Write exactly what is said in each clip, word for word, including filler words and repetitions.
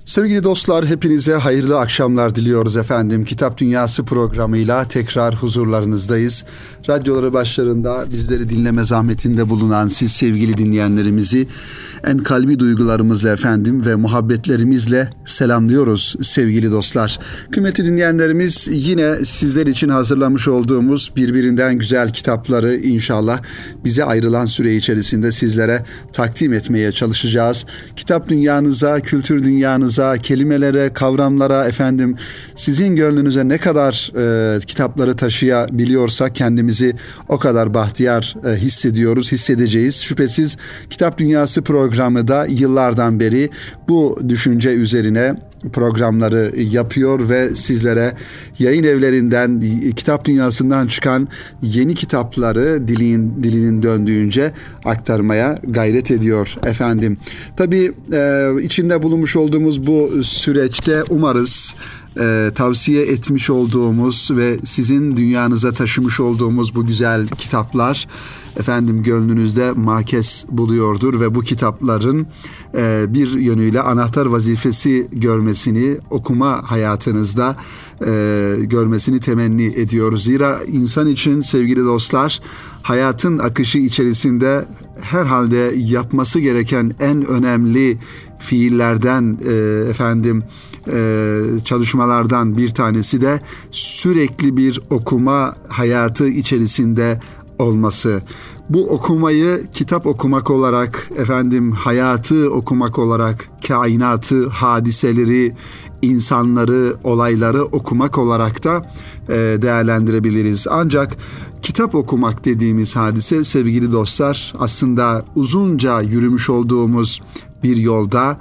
Sevgili dostlar, hepinize hayırlı akşamlar diliyoruz efendim. Kitap Dünyası programıyla tekrar huzurlarınızdayız. Radyoları başlarında bizleri dinleme zahmetinde bulunan siz sevgili dinleyenlerimizi en kalbi duygularımızla efendim ve muhabbetlerimizle selamlıyoruz sevgili dostlar. Kıymetli dinleyenlerimiz, yine sizler için hazırlamış olduğumuz birbirinden güzel kitapları inşallah bize ayrılan süre içerisinde sizlere takdim etmeye çalışacağız. Kitap dünyanıza, kültür dünyanıza, kelimelere, kavramlara efendim sizin gönlünüze ne kadar e, kitapları taşıyabiliyorsak kendimizi o kadar bahtiyar e, hissediyoruz, hissedeceğiz. Şüphesiz Kitap Dünyası programı da yıllardan beri bu düşünce üzerine programları yapıyor ve sizlere yayın evlerinden, kitap dünyasından çıkan yeni kitapları dilin, dilinin döndüğünce aktarmaya gayret ediyor efendim. Tabii e, içinde bulunmuş olduğumuz bu süreçte umarız e, tavsiye etmiş olduğumuz ve sizin dünyanıza taşımış olduğumuz bu güzel kitaplar efendim gönlünüzde makes buluyordur ve bu kitapların e, bir yönüyle anahtar vazifesi görmesini, okuma hayatınızda e, görmesini temenni ediyoruz. Zira insan için sevgili dostlar, hayatın akışı içerisinde herhalde yapması gereken en önemli fiillerden e, efendim e, çalışmalardan bir tanesi de sürekli bir okuma hayatı içerisinde olması. Bu okumayı kitap okumak olarak, efendim hayatı okumak olarak, kainatı, hadiseleri, insanları, olayları okumak olarak da e, değerlendirebiliriz. Ancak kitap okumak dediğimiz hadise sevgili dostlar, aslında uzunca yürümüş olduğumuz bir yolda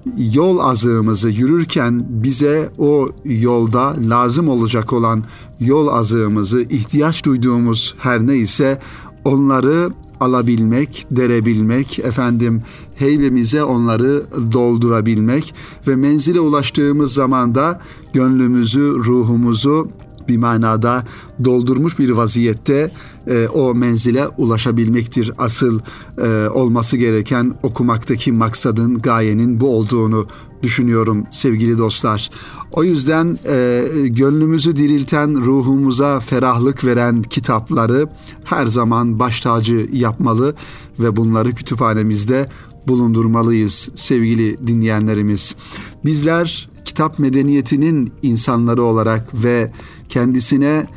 yol azığımızı yürürken bize o yolda lazım olacak olan yol azığımızı, ihtiyaç duyduğumuz her neyse onları alabilmek, derebilmek, efendim heybemize onları doldurabilmek ve menzile ulaştığımız zaman da gönlümüzü, ruhumuzu bir manada doldurmuş bir vaziyette e, o menzile ulaşabilmektir. Asıl e, olması gereken okumaktaki maksadın, gayenin bu olduğunu düşünüyorum sevgili dostlar. O yüzden e, gönlümüzü dirilten, ruhumuza ferahlık veren kitapları her zaman baş tacı yapmalı ve bunları kütüphanemizde bulundurmalıyız sevgili dinleyenlerimiz. Bizler kitap medeniyetinin insanları olarak ve kendisine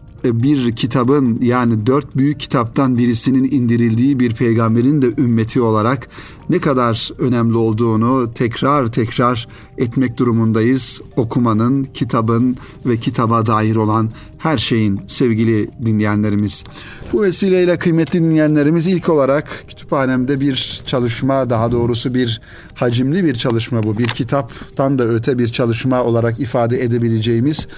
bir kitabın, yani dört büyük kitaptan birisinin indirildiği bir peygamberin de ümmeti olarak ne kadar önemli olduğunu tekrar tekrar etmek durumundayız. Okumanın, kitabın ve kitaba dair olan her şeyin sevgili dinleyenlerimiz. Bu vesileyle kıymetli dinleyenlerimiz, ilk olarak kütüphanemde bir çalışma, daha doğrusu bir hacimli bir çalışma bu. Bir kitaptan da öte bir çalışma olarak ifade edebileceğimiz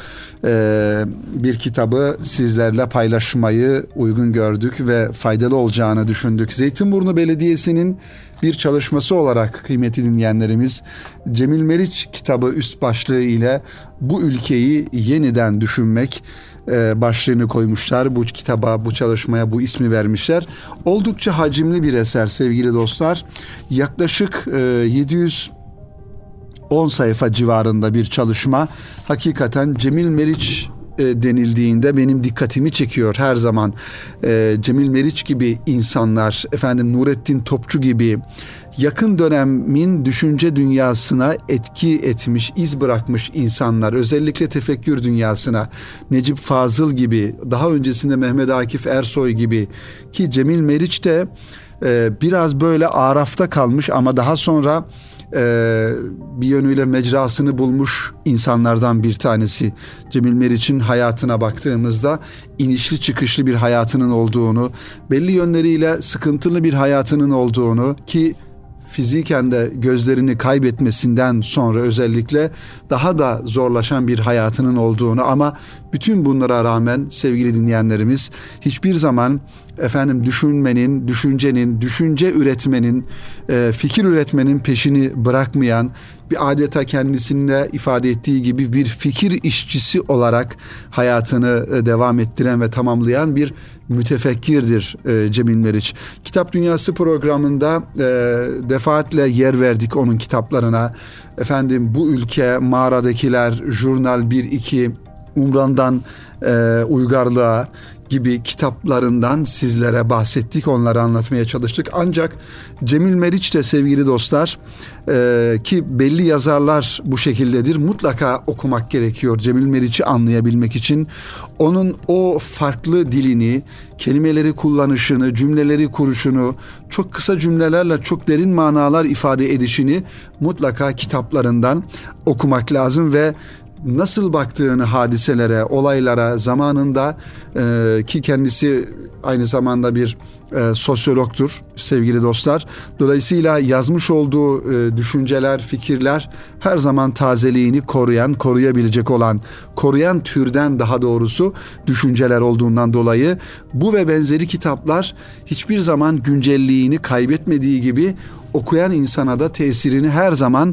e, bir kitabı sizlerle paylaşmayı uygun gördük ve faydalı olacağını düşündük. Zeytinburnu Belediyesi'nin bir çalışması olarak kıymetli dinleyenlerimiz, Cemil Meriç kitabı üst başlığı ile bu ülkeyi yeniden düşünmek başlığını koymuşlar. Bu kitaba, bu çalışmaya bu ismi vermişler. Oldukça hacimli bir eser sevgili dostlar. Yaklaşık yedi yüz on sayfa civarında bir çalışma. Hakikaten Cemil Meriç denildiğinde benim dikkatimi çekiyor her zaman. E, Cemil Meriç gibi insanlar, efendim Nurettin Topçu gibi yakın dönemin düşünce dünyasına etki etmiş, iz bırakmış insanlar, özellikle tefekkür dünyasına, Necip Fazıl gibi, daha öncesinde Mehmet Akif Ersoy gibi, ki Cemil Meriç de e, biraz böyle arafta kalmış ama daha sonra Ee, bir yönüyle mecrasını bulmuş insanlardan bir tanesi. Cemil Meriç'in hayatına baktığımızda inişli çıkışlı bir hayatının olduğunu, belli yönleriyle sıkıntılı bir hayatının olduğunu, ki fiziken de gözlerini kaybetmesinden sonra özellikle daha da zorlaşan bir hayatının olduğunu, ama bütün bunlara rağmen sevgili dinleyenlerimiz hiçbir zaman efendim düşünmenin, düşüncenin, düşünce üretmenin, e, fikir üretmenin peşini bırakmayan, bir adeta kendisinde ifade ettiği gibi bir fikir işçisi olarak hayatını devam ettiren ve tamamlayan bir mütefekkirdir e, Cemil Meriç. Kitap Dünyası programında e, defaatle yer verdik onun kitaplarına. Efendim bu ülke, Mağaradakiler, Jurnal bir iki, Umran'dan e, Uygarlığa gibi kitaplarından sizlere bahsettik, onları anlatmaya çalıştık. Ancak Cemil Meriç de sevgili dostlar e, ki belli yazarlar bu şekildedir, mutlaka okumak gerekiyor Cemil Meriç'i anlayabilmek için. Onun o farklı dilini, kelimeleri kullanışını, cümleleri kuruşunu, çok kısa cümlelerle çok derin manalar ifade edişini mutlaka kitaplarından okumak lazım ve nasıl baktığını hadiselere, olaylara zamanında e, ki kendisi aynı zamanda bir e, sosyologtur sevgili dostlar. Dolayısıyla yazmış olduğu e, düşünceler, fikirler her zaman tazeliğini koruyan, koruyabilecek olan, koruyan türden daha doğrusu düşünceler olduğundan dolayı bu ve benzeri kitaplar hiçbir zaman güncelliğini kaybetmediği gibi okuyan insana da tesirini her zaman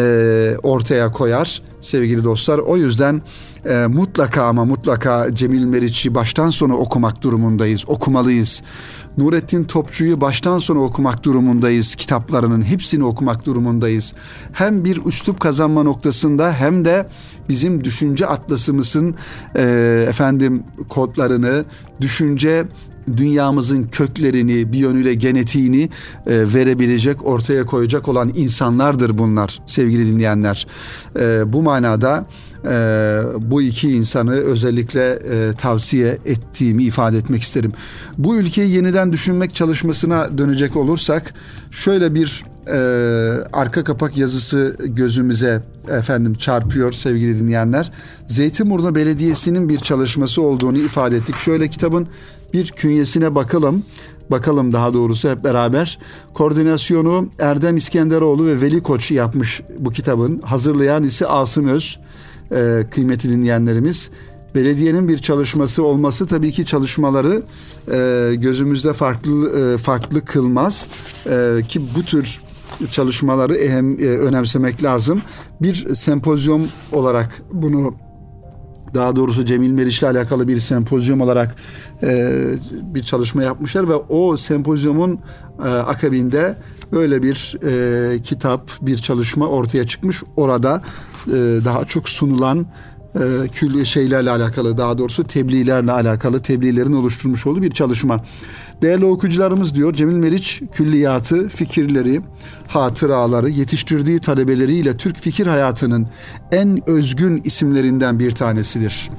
e, ortaya koyar sevgili dostlar. O yüzden e, mutlaka ama mutlaka Cemil Meriç'i baştan sona okumak durumundayız, okumalıyız. Nurettin Topçu'yu baştan sona okumak durumundayız, kitaplarının hepsini okumak durumundayız. Hem bir üslup kazanma noktasında hem de bizim düşünce atlasımızın e, efendim kodlarını, düşünce dünyamızın köklerini, bir yönüyle genetiğini e, verebilecek, ortaya koyacak olan insanlardır bunlar sevgili dinleyenler. E, bu manada e, bu iki insanı özellikle e, tavsiye ettiğimi ifade etmek isterim. Bu ülkeyi yeniden düşünmek çalışmasına dönecek olursak şöyle bir e, arka kapak yazısı gözümüze efendim çarpıyor sevgili dinleyenler. Zeytinburnu Belediyesi'nin bir çalışması olduğunu ifade ettik. Şöyle kitabın bir künyesine bakalım. Bakalım daha doğrusu hep beraber. Koordinasyonu Erdem İskenderoğlu ve Veli Koç yapmış bu kitabın. Hazırlayan ise Asım Öz. Ee, kıymetli dinleyenlerimiz. Belediyenin bir çalışması olması tabii ki çalışmaları e, gözümüzde farklı e, farklı kılmaz. E, ki bu tür çalışmaları ehem, e, önemsemek lazım. Bir sempozyum olarak bunu, daha doğrusu Cemil Meriç'le alakalı bir sempozyum olarak e, bir çalışma yapmışlar ve o sempozyumun e, akabinde böyle bir e, kitap, bir çalışma ortaya çıkmış. Orada e, daha çok sunulan e, külli şeylerle alakalı, daha doğrusu tebliğlerle alakalı, tebliğlerin oluşturmuş olduğu bir çalışma. Değerli okuyucularımız diyor, Cemil Meriç külliyatı, fikirleri, hatıraları, yetiştirdiği talebeleriyle Türk fikir hayatının en özgün isimlerinden bir tanesidir.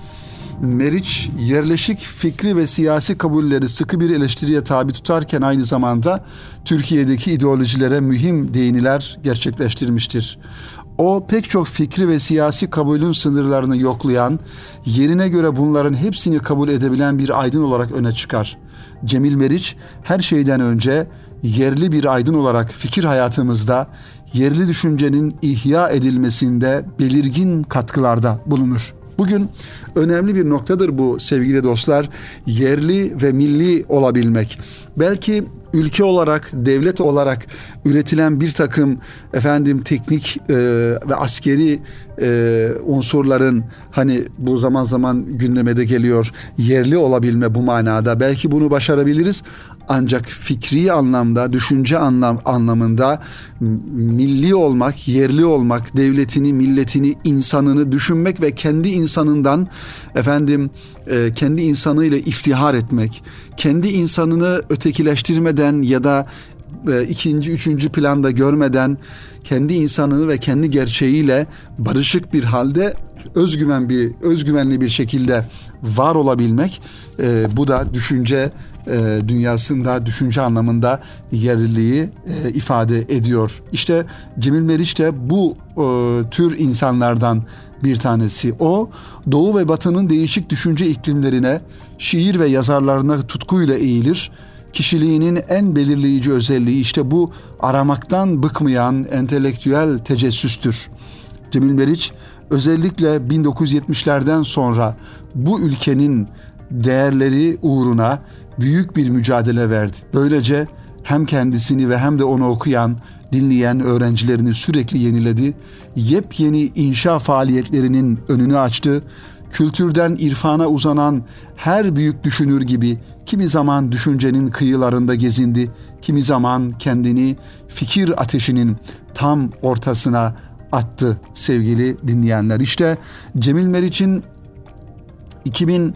Meriç yerleşik fikri ve siyasi kabulleri sıkı bir eleştiriye tabi tutarken aynı zamanda Türkiye'deki ideolojilere mühim değiniler gerçekleştirmiştir. O pek çok fikri ve siyasi kabulün sınırlarını yoklayan, yerine göre bunların hepsini kabul edebilen bir aydın olarak öne çıkar. Cemil Meriç her şeyden önce yerli bir aydın olarak fikir hayatımızda yerli düşüncenin ihya edilmesinde belirgin katkılarda bulunur. Bugün önemli bir noktadır bu sevgili dostlar. Yerli ve milli olabilmek. Belki ülke olarak, devlet olarak üretilen bir takım efendim teknik e, ve askeri e, unsurların hani bu zaman zaman gündeme de geliyor. Yerli olabilme bu manada. Belki bunu başarabiliriz. Ancak fikri anlamda, düşünce anlam anlamında milli olmak, yerli olmak, devletini, milletini, insanını düşünmek ve kendi insanından efendim e, kendi insanıyla iftihar etmek, kendi insanını ötekileştirmeden ya da e, ikinci, üçüncü planda görmeden kendi insanını ve kendi gerçeğiyle barışık bir halde özgüven bir özgüvenli bir şekilde var olabilmek, e, bu da düşünce e, dünyasında, düşünce anlamında yerliliği e, ifade ediyor. İşte Cemil Meriç de bu e, tür insanlardan bir tanesi. O Doğu ve Batı'nın değişik düşünce iklimlerine, şiir ve yazarlarına tutkuyla eğilir. Kişiliğinin en belirleyici özelliği işte bu aramaktan bıkmayan entelektüel tecessüstür. Cemil Meriç özellikle bin dokuz yüz yetmişlerden sonra bu ülkenin değerleri uğruna büyük bir mücadele verdi. Böylece hem kendisini ve hem de onu okuyan, dinleyen öğrencilerini sürekli yeniledi. Yepyeni inşa faaliyetlerinin önünü açtı. kültürden irfana uzanan her büyük düşünür gibi kimi zaman düşüncenin kıyılarında gezindi, kimi zaman kendini fikir ateşinin tam ortasına attı sevgili dinleyenler. İşte Cemil Meriç'in iki bin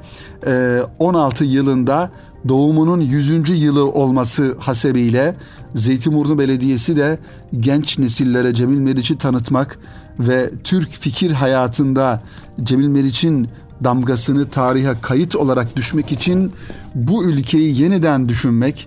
on altı yılında doğumunun yüzüncü yılı olması hasebiyle Zeytinburnu Belediyesi de genç nesillere Cemil Meriç'i tanıtmak ve Türk fikir hayatında Cemil Meriç'in damgasını tarihe kayıt olarak düşmek için bu ülkeyi yeniden düşünmek,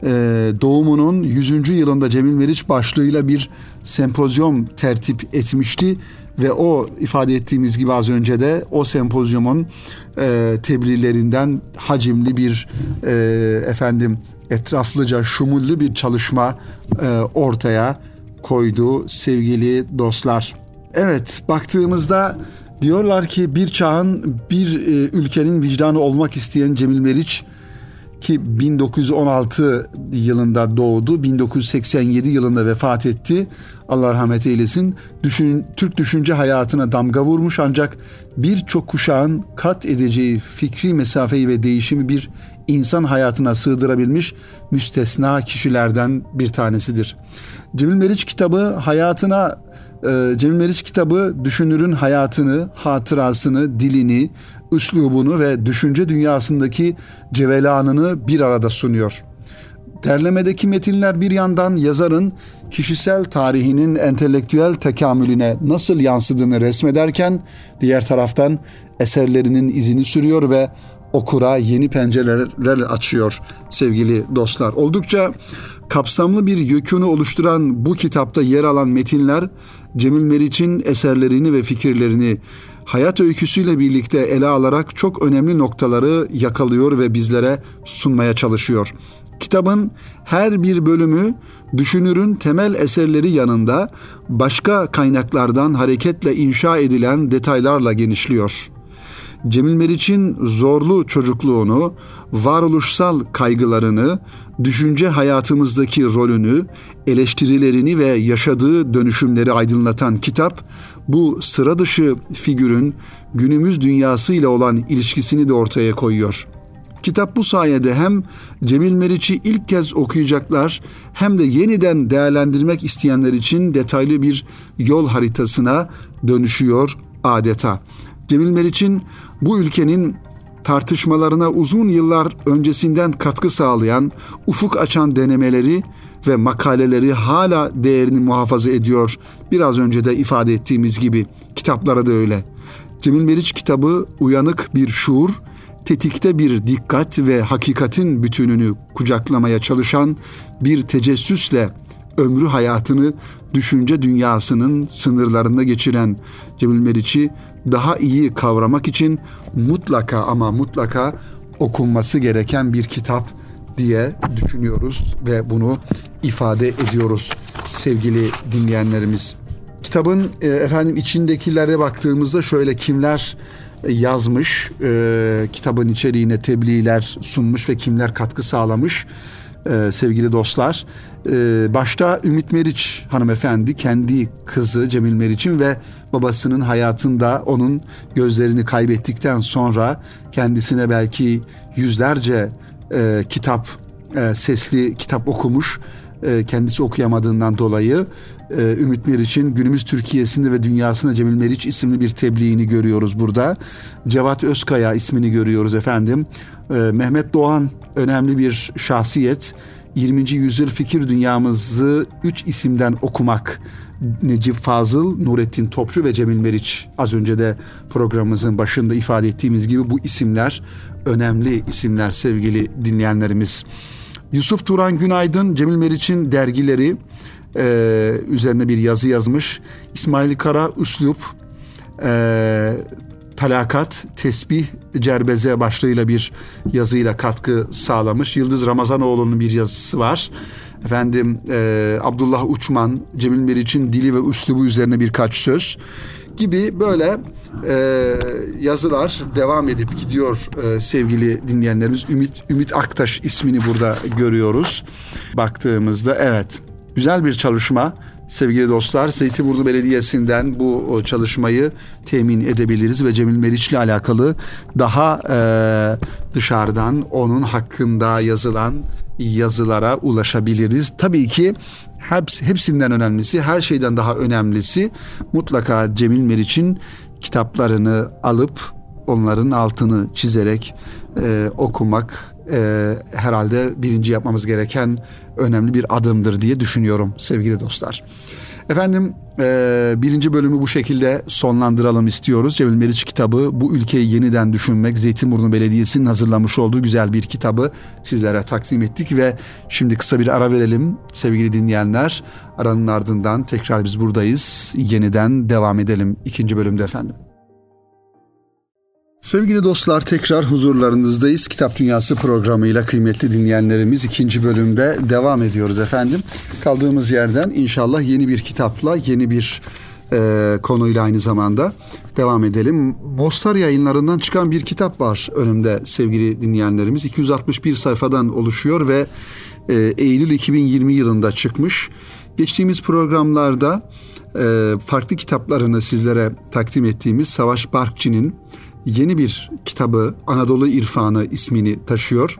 doğumunun yüzüncü yılında Cemil Meriç başlığıyla bir sempozyum tertip etmişti ve o ifade ettiğimiz gibi az önce de o sempozyumun e, tebliğlerinden hacimli bir e, efendim etraflıca şumullü bir çalışma e, ortaya koydu sevgili dostlar. Evet, baktığımızda diyorlar ki bir çağın bir e, ülkenin vicdanı olmak isteyen Cemil Meriç ki bin dokuz yüz on altı yılında doğdu, bin dokuz yüz seksen yedi yılında vefat etti. Allah rahmet eylesin. Düşün, Türk düşünce hayatına damga vurmuş ancak birçok kuşağın kat edeceği fikri mesafeyi ve değişimi bir insan hayatına sığdırabilmiş müstesna kişilerden bir tanesidir. Cemil Meriç kitabı hayatına e, Cemil Meriç kitabı düşünürün hayatını, hatırasını, dilini, üslubunu ve düşünce dünyasındaki cevelanını bir arada sunuyor. Derlemedeki metinler bir yandan yazarın kişisel tarihinin entelektüel tekamülüne nasıl yansıdığını resmederken diğer taraftan eserlerinin izini sürüyor ve okura yeni pencereler açıyor sevgili dostlar. Oldukça kapsamlı bir yükünü oluşturan bu kitapta yer alan metinler Cemil Meriç'in eserlerini ve fikirlerini hayat öyküsüyle birlikte ele alarak çok önemli noktaları yakalıyor ve bizlere sunmaya çalışıyor. Kitabın her bir bölümü düşünürün temel eserleri yanında başka kaynaklardan hareketle inşa edilen detaylarla genişliyor. Cemil Meriç'in zorlu çocukluğunu, varoluşsal kaygılarını, düşünce hayatımızdaki rolünü, eleştirilerini ve yaşadığı dönüşümleri aydınlatan kitap, bu sıra dışı figürün günümüz dünyasıyla olan ilişkisini de ortaya koyuyor. Kitap bu sayede hem Cemil Meriç'i ilk kez okuyacaklar hem de yeniden değerlendirmek isteyenler için detaylı bir yol haritasına dönüşüyor adeta. Cemil Meriç'in bu ülkenin tartışmalarına uzun yıllar öncesinden katkı sağlayan, ufuk açan denemeleri ve makaleleri hala değerini muhafaza ediyor. Biraz önce de ifade ettiğimiz gibi kitapları da öyle. Cemil Meriç kitabı uyanık bir şuur, tetikte bir dikkat ve hakikatin bütününü kucaklamaya çalışan bir tecessüsle ömrü hayatını düşünce dünyasının sınırlarında geçiren Cemil Meriç'i daha iyi kavramak için mutlaka ama mutlaka okunması gereken bir kitap diye düşünüyoruz ve bunu ifade ediyoruz sevgili dinleyenlerimiz. Kitabın e, efendim içindekilere baktığımızda şöyle kimler yazmış, e, kitabın içeriğine tebliğler sunmuş ve kimler katkı sağlamış e, sevgili dostlar. E, başta Ümit Meriç hanımefendi kendi kızı Cemil Meriç'in ve babasının hayatında onun gözlerini kaybettikten sonra kendisine belki yüzlerce e, kitap, e, sesli kitap okumuş. E, kendisi okuyamadığından dolayı e, Ümit Meriç'in günümüz Türkiye'sinde ve dünyasında Cemil Meriç isimli bir tebliğini görüyoruz burada. Cevat Özkaya ismini görüyoruz efendim. E, Mehmet Doğan önemli bir şahsiyet. yirminci yüzyıl fikir dünyamızı üç isimden okumak. Necip Fazıl, Nurettin Topçu ve Cemil Meriç. Az önce de programımızın başında ifade ettiğimiz gibi bu isimler önemli isimler sevgili dinleyenlerimiz. Yusuf Turan Günaydın, Cemil Meriç'in dergileri e, üzerine bir yazı yazmış. İsmail Kara Üslup, e, Talakat, Tesbih, Cerbeze başlığıyla bir yazıyla katkı sağlamış. Yıldız Ramazanoğlu'nun bir yazısı var. Efendim e, Abdullah Uçman, Cemil Meriç'in dili ve üslubu üzerine birkaç söz gibi böyle e, yazılar devam edip gidiyor e, sevgili dinleyenlerimiz. Ümit Ümit Aktaş ismini burada görüyoruz. Baktığımızda evet, güzel bir çalışma sevgili dostlar, Zeytinburnu Belediyesi'nden bu çalışmayı temin edebiliriz ve Cemil Meriç'le alakalı daha e, dışarıdan onun hakkında yazılan yazılara ulaşabiliriz. Tabii ki hepsi, hepsinden önemlisi, her şeyden daha önemlisi mutlaka Cemil Meriç'in kitaplarını alıp onların altını çizerek e, okumak e, herhalde birinci yapmamız gereken önemli bir adımdır diye düşünüyorum sevgili dostlar. Efendim e, birinci bölümü bu şekilde sonlandıralım istiyoruz. Cemil Meriç kitabı Bu Ülkeyi Yeniden Düşünmek, Zeytinburnu Belediyesi'nin hazırlamış olduğu güzel bir kitabı sizlere takdim ettik ve şimdi kısa bir ara verelim sevgili dinleyenler. Aranın ardından tekrar biz buradayız. Yeniden devam edelim ikinci bölümde efendim. Sevgili dostlar, tekrar huzurlarınızdayız. Kitap Dünyası programıyla kıymetli dinleyenlerimiz ikinci bölümde devam ediyoruz efendim. Kaldığımız yerden inşallah yeni bir kitapla, yeni bir e, konuyla aynı zamanda devam edelim. Bostar Yayınları'ndan çıkan bir kitap var önümde sevgili dinleyenlerimiz. iki yüz altmış bir sayfadan oluşuyor ve e, Eylül iki bin yirmi yılında çıkmış. Geçtiğimiz programlarda e, farklı kitaplarını sizlere takdim ettiğimiz Savaş Barkçı'nın yeni bir kitabı Anadolu İrfanı ismini taşıyor.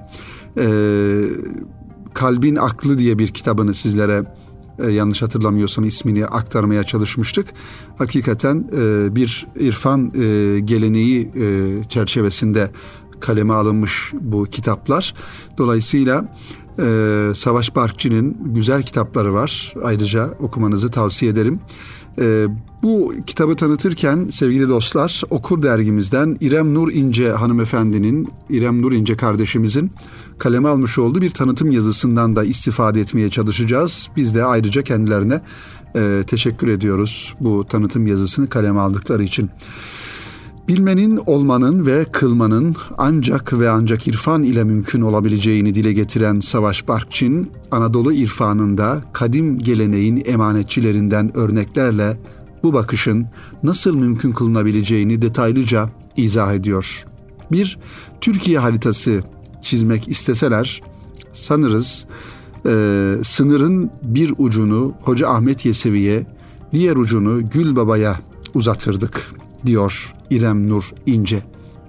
Ee, Kalbin Aklı diye bir kitabını sizlere e, yanlış hatırlamıyorsam ismini aktarmaya çalışmıştık. Hakikaten e, bir irfan e, geleneği e, çerçevesinde kaleme alınmış bu kitaplar. Dolayısıyla e, Savaş Barkçı'nın güzel kitapları var. Ayrıca okumanızı tavsiye ederim. Ee, bu kitabı tanıtırken sevgili dostlar, Okur dergimizden İrem Nur İnce hanımefendinin, İrem Nur İnce kardeşimizin kaleme almış olduğu bir tanıtım yazısından da istifade etmeye çalışacağız. Biz de ayrıca kendilerine e, teşekkür ediyoruz bu tanıtım yazısını kaleme aldıkları için. Bilmenin, olmanın ve kılmanın ancak ve ancak irfan ile mümkün olabileceğini dile getiren Savaş Barkçı, Anadolu irfanında kadim geleneğin emanetçilerinden örneklerle bu bakışın nasıl mümkün kılınabileceğini detaylıca izah ediyor. Bir Türkiye haritası çizmek isteseler sanırız e, sınırın bir ucunu Hoca Ahmet Yesevi'ye, diğer ucunu Gül Baba'ya uzatırdık diyor İrem Nur İnce.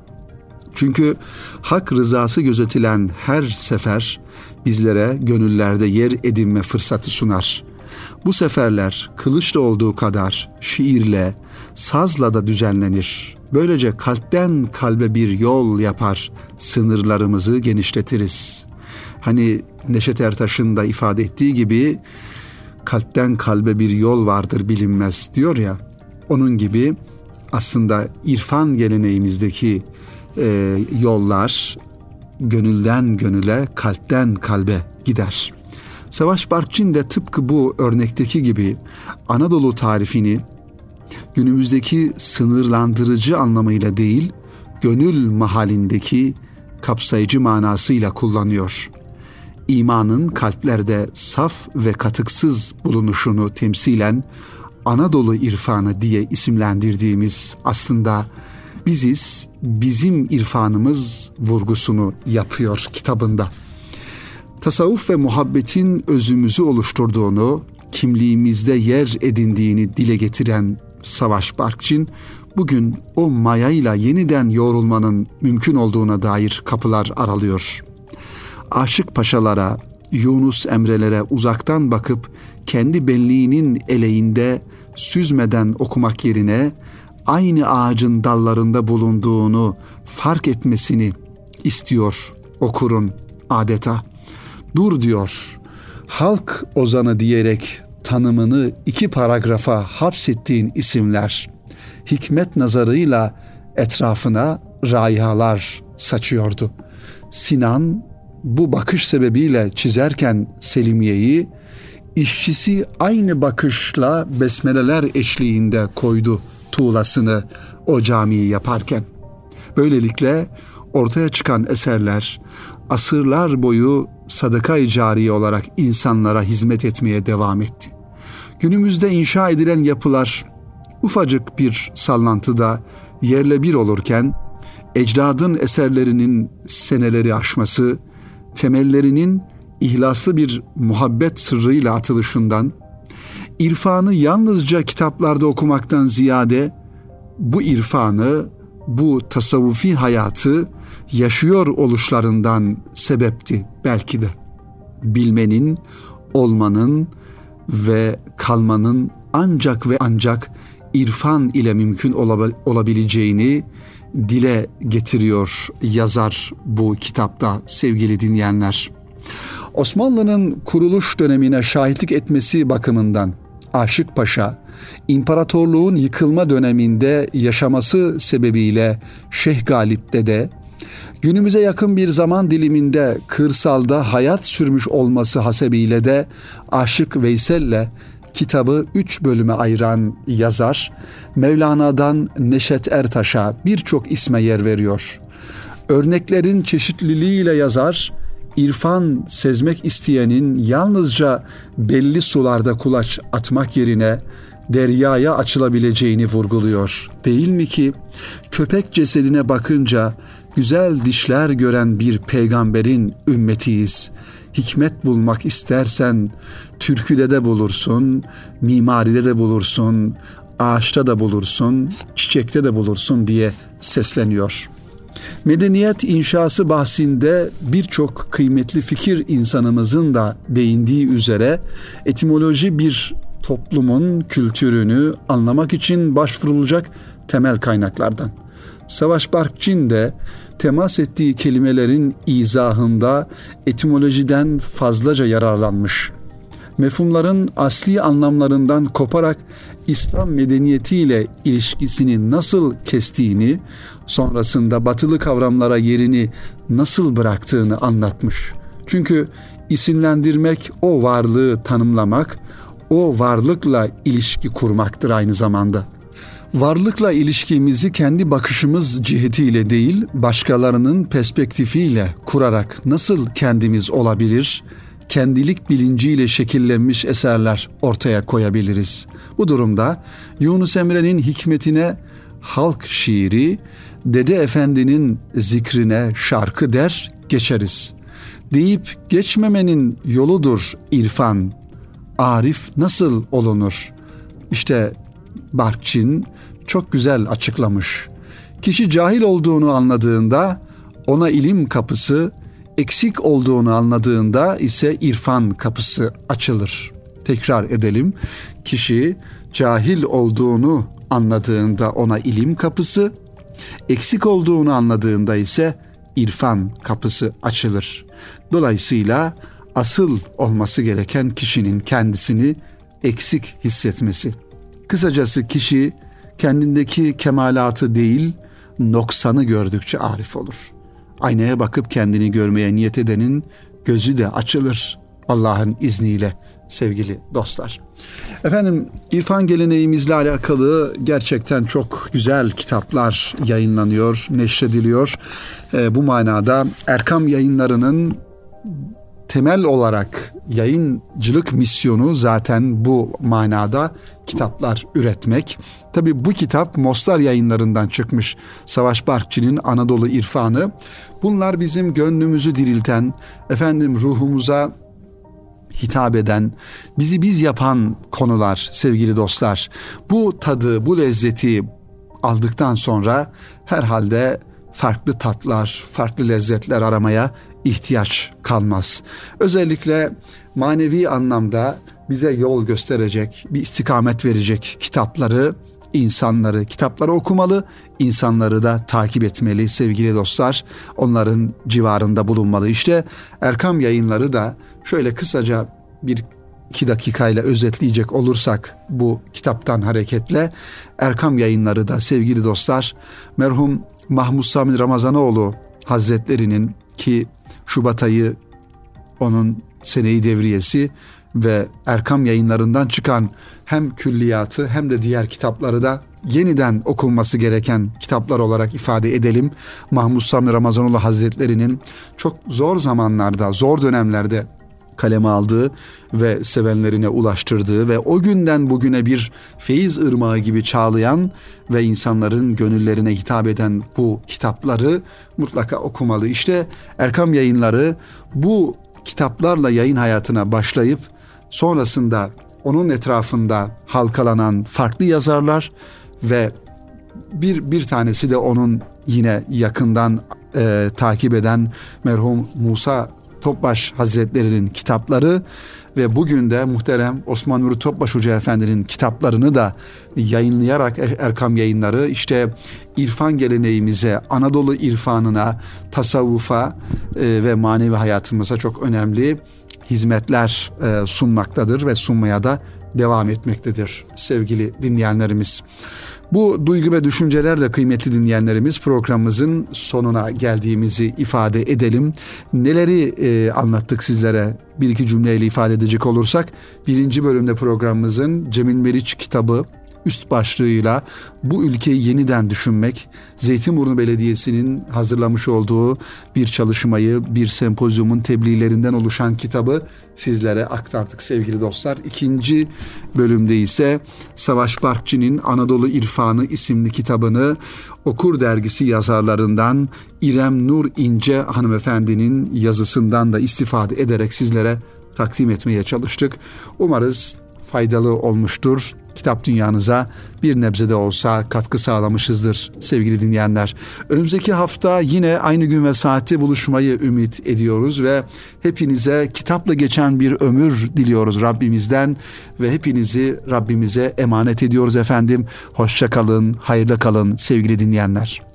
Çünkü hak rızası gözetilen her sefer bizlere gönüllerde yer edinme fırsatı sunar. Bu seferler kılıçla olduğu kadar şiirle, sazla da düzenlenir. Böylece kalpten kalbe bir yol yapar, sınırlarımızı genişletiriz. Hani Neşet Ertaş'ın da ifade ettiği gibi kalpten kalbe bir yol vardır bilinmez diyor ya. Onun gibi aslında irfan geleneğimizdeki e, yollar gönülden gönüle, kalpten kalbe gider. Savaş Barkçı de tıpkı bu örnekteki gibi Anadolu tarifini günümüzdeki sınırlandırıcı anlamıyla değil, gönül mahallindeki kapsayıcı manasıyla kullanıyor. İmanın kalplerde saf ve katıksız bulunuşunu temsilen Anadolu irfanı diye isimlendirdiğimiz aslında biziz, bizim irfanımız vurgusunu yapıyor kitabında. Tasavvuf ve muhabbetin özümüzü oluşturduğunu, kimliğimizde yer edindiğini dile getiren Savaş Barkçı, bugün o mayayla yeniden yoğrulmanın mümkün olduğuna dair kapılar aralıyor. Aşık paşalara, Yunus Emre'lere uzaktan bakıp kendi benliğinin eleğinde süzmeden okumak yerine aynı ağacın dallarında bulunduğunu fark etmesini istiyor okurun adeta. Dur diyor, halk ozanı diyerek tanımını iki paragrafa hapsettiğin isimler, hikmet nazarıyla etrafına raihalar saçıyordu. Sinan bu bakış sebebiyle çizerken Selimiye'yi, işçisi aynı bakışla besmeleler eşliğinde koydu tuğlasını o camiyi yaparken. Böylelikle ortaya çıkan eserler asırlar boyu sadaka-i cariye olarak insanlara hizmet etmeye devam etti. Günümüzde inşa edilen yapılar ufacık bir sallantıda yerle bir olurken ecdadın eserlerinin seneleri aşması, temellerinin ihlaslı bir muhabbet sırrıyla atılışından, irfanı yalnızca kitaplarda okumaktan ziyade bu irfanı, bu tasavvufi hayatı yaşıyor oluşlarından sebepti belki de. Bilmenin, olmanın ve kalmanın ancak ve ancak irfan ile mümkün olabileceğini dile getiriyor yazar bu kitapta sevgili dinleyenler. Osmanlı'nın kuruluş dönemine şahitlik etmesi bakımından Aşık Paşa, imparatorluğun yıkılma döneminde yaşaması sebebiyle Şeyh Galip'te de, günümüze yakın bir zaman diliminde kırsalda hayat sürmüş olması hasebiyle de Aşık Veysel'le kitabı üç bölüme ayıran yazar, Mevlana'dan Neşet Ertaş'a birçok isme yer veriyor. Örneklerin çeşitliliğiyle yazar, İrfan sezmek isteyenin yalnızca belli sularda kulaç atmak yerine deryaya açılabileceğini vurguluyor. Değil mi ki köpek cesedine bakınca güzel dişler gören bir peygamberin ümmetiyiz. Hikmet bulmak istersen türküde de bulursun, mimaride de bulursun, ağaçta da bulursun, çiçekte de bulursun diye sesleniyor. Medeniyet inşası bahsinde birçok kıymetli fikir insanımızın da değindiği üzere etimoloji bir toplumun kültürünü anlamak için başvurulacak temel kaynaklardan. Savaş Barkçin de temas ettiği kelimelerin izahında etimolojiden fazlaca yararlanmış. Mefhumların asli anlamlarından koparak İslam medeniyetiyle ilişkisini nasıl kestiğini, sonrasında batılı kavramlara yerini nasıl bıraktığını anlatmış. Çünkü isimlendirmek o varlığı tanımlamak, o varlıkla ilişki kurmaktır aynı zamanda. Varlıkla ilişkimizi kendi bakışımız cihetiyle değil, başkalarının perspektifiyle kurarak nasıl kendimiz olabilir, kendilik bilinciyle şekillenmiş eserler ortaya koyabiliriz. Bu durumda Yunus Emre'nin hikmetine halk şiiri, Dede Efendi'nin zikrine şarkı der geçeriz. Deyip geçmemenin yoludur irfan. Arif nasıl olunur? İşte Barkçin çok güzel açıklamış. Kişi cahil olduğunu anladığında ona ilim kapısı, eksik olduğunu anladığında ise irfan kapısı açılır. Tekrar edelim. Kişi cahil olduğunu anladığında ona ilim kapısı, eksik olduğunu anladığında ise irfan kapısı açılır. Dolayısıyla asıl olması gereken kişinin kendisini eksik hissetmesi. Kısacası kişi kendindeki kemalatı değil, noksanı gördükçe arif olur. Aynaya bakıp kendini görmeye niyet edenin gözü de açılır Allah'ın izniyle sevgili dostlar. Efendim, irfan geleneğimizle alakalı gerçekten çok güzel kitaplar yayınlanıyor, neşrediliyor. E, bu manada Erkam Yayınları'nın temel olarak yayıncılık misyonu zaten bu manada kitaplar üretmek. Tabii bu kitap Mostar Yayınları'ndan çıkmış, Savaş Barkçı'nın Anadolu İrfanı. Bunlar bizim gönlümüzü dirilten, efendim ruhumuza hitap eden, bizi biz yapan konular sevgili dostlar. Bu tadı, bu lezzeti aldıktan sonra herhalde farklı tatlar, farklı lezzetler aramaya ihtiyaç kalmaz. Özellikle manevi anlamda bize yol gösterecek, bir istikamet verecek kitapları, insanları, kitapları okumalı, insanları da takip etmeli sevgili dostlar. Onların civarında bulunmalı. İşte Erkam Yayınları da şöyle kısaca bir iki dakikayla özetleyecek olursak bu kitaptan hareketle, Erkam Yayınları da sevgili dostlar merhum Mahmud Sami Ramazanoğlu Hazretlerinin, ki Şubat ayı onun seneyi devriyesi ve Erkam Yayınlarından çıkan hem külliyatı hem de diğer kitapları da yeniden okunması gereken kitaplar olarak ifade edelim. Mahmud Sami Ramazanoğlu Hazretleri'nin çok zor zamanlarda, zor dönemlerde kaleme aldığı ve sevenlerine ulaştırdığı ve o günden bugüne bir feyiz ırmağı gibi çağlayan ve insanların gönüllerine hitap eden bu kitapları mutlaka okumalı. İşte Erkam Yayınları bu kitaplarla yayın hayatına başlayıp sonrasında onun etrafında halkalanan farklı yazarlar ve bir bir tanesi de onun yine yakından e, takip eden merhum Musa Topbaş Hazretleri'nin kitapları ve bugün de muhterem Osman Nuri Topbaş Hoca Efendi'nin kitaplarını da yayınlayarak Erkam Yayınları işte irfan geleneğimize, Anadolu irfanına, tasavvufa e, ve manevi hayatımıza çok önemli hizmetler e, sunmaktadır ve sunmaya da devam etmektedir sevgili dinleyenlerimiz. Bu duygu ve düşüncelerle kıymetli dinleyenlerimiz programımızın sonuna geldiğimizi ifade edelim. Neleri e, anlattık sizlere bir iki cümleyle ifade edecek olursak, birinci bölümde programımızın Cemil Meriç kitabı üst başlığıyla bu ülkeyi yeniden düşünmek, Zeytinburnu Belediyesi'nin hazırlamış olduğu bir çalışmayı, bir sempozyumun tebliğlerinden oluşan kitabı sizlere aktardık sevgili dostlar. İkinci bölümde ise Savaş Barkçı'nın Anadolu İrfanı isimli kitabını Okur Dergisi yazarlarından İrem Nur İnce hanımefendinin yazısından da istifade ederek sizlere takdim etmeye çalıştık. Umarız faydalı olmuştur. Kitap dünyanıza bir nebze de olsa katkı sağlamışızdır sevgili dinleyenler. Önümüzdeki hafta yine aynı gün ve saatte buluşmayı ümit ediyoruz ve hepinize kitapla geçen bir ömür diliyoruz Rabbimizden ve hepinizi Rabbimize emanet ediyoruz efendim. Hoşça kalın, hayırlı kalın sevgili dinleyenler.